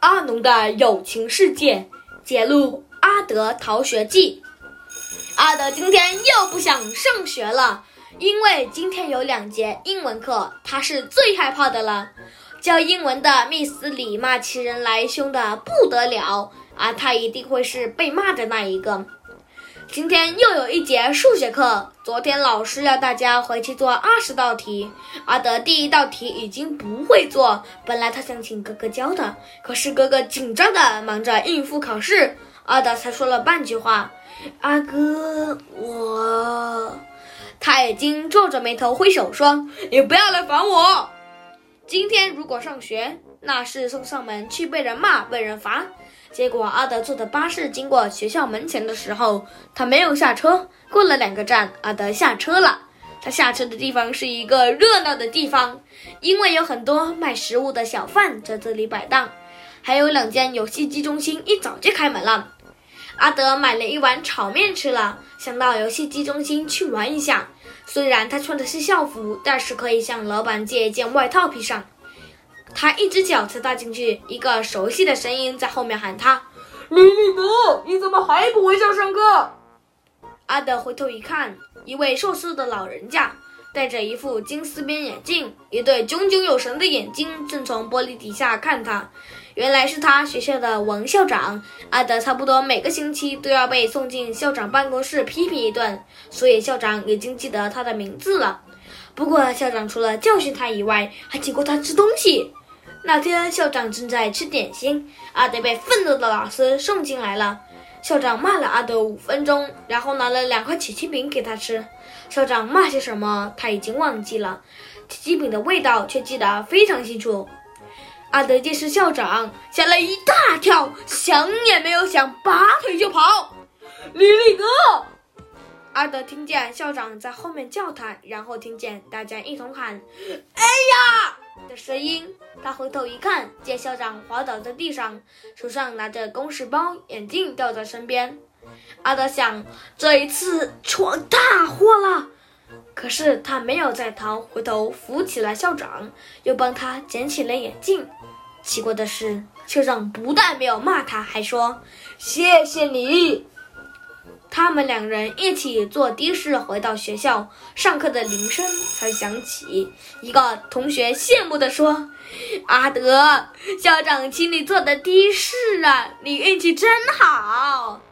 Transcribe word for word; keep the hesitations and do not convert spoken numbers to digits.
阿农的友情世界，揭露阿德逃学记。阿德今天又不想上学了，因为今天有两节英文课，他是最害怕的了。教英文的 Miss 李骂起人来凶得不得了啊，他一定会是被骂的那一个。今天又有一节数学课，昨天老师要大家回去做二十道题，阿德第一道题已经不会做，本来他想请哥哥教的，可是哥哥紧张的忙着应付考试，阿德才说了半句话，阿哥我……他已经皱着眉头挥手说，你不要来烦我。今天如果上学，那是送上门去被人骂被人罚。结果阿德坐的巴士经过学校门前的时候，他没有下车，过了两个站，阿德下车了。他下车的地方是一个热闹的地方，因为有很多卖食物的小贩在这里摆档，还有两间游戏机中心一早就开门了。阿德买了一碗炒面吃了，想到游戏机中心去玩一下。虽然他穿的是校服，但是可以向老板借一件外套披上。他一只脚才踏进去，一个熟悉的声音在后面喊他，李李德，你怎么还不回校上课？阿德回头一看，一位瘦瘦的老人家戴着一副金丝边眼镜，一对炯炯有神的眼睛正从玻璃底下看他。原来是他学校的王校长。阿德差不多每个星期都要被送进校长办公室批评一顿，所以校长已经记得他的名字了。不过校长除了教训他以外，还请过他吃东西。那天校长正在吃点心，阿德被愤怒的老师送进来了。校长骂了阿德五分钟，然后拿了两块曲奇饼给他吃。校长骂些什么他已经忘记了，曲奇饼的味道却记得非常清楚。阿德见是校长，吓了一大跳，想也没有想，拔腿就跑。李李哥！阿德听见校长在后面叫他，然后听见大家一同喊哎呀的声音。他回头一看，见校长滑倒在地上，手上拿着公事包，眼镜掉在身边。阿德想，这一次闯大祸了。可是他没有再逃，回头扶起了校长，又帮他捡起了眼镜。奇怪的是，校长不但没有骂他，还说谢谢你。他们两人一起坐的士回到学校，上课的铃声才响起。一个同学羡慕地说，阿德，校长请你坐的的士啊，你运气真好。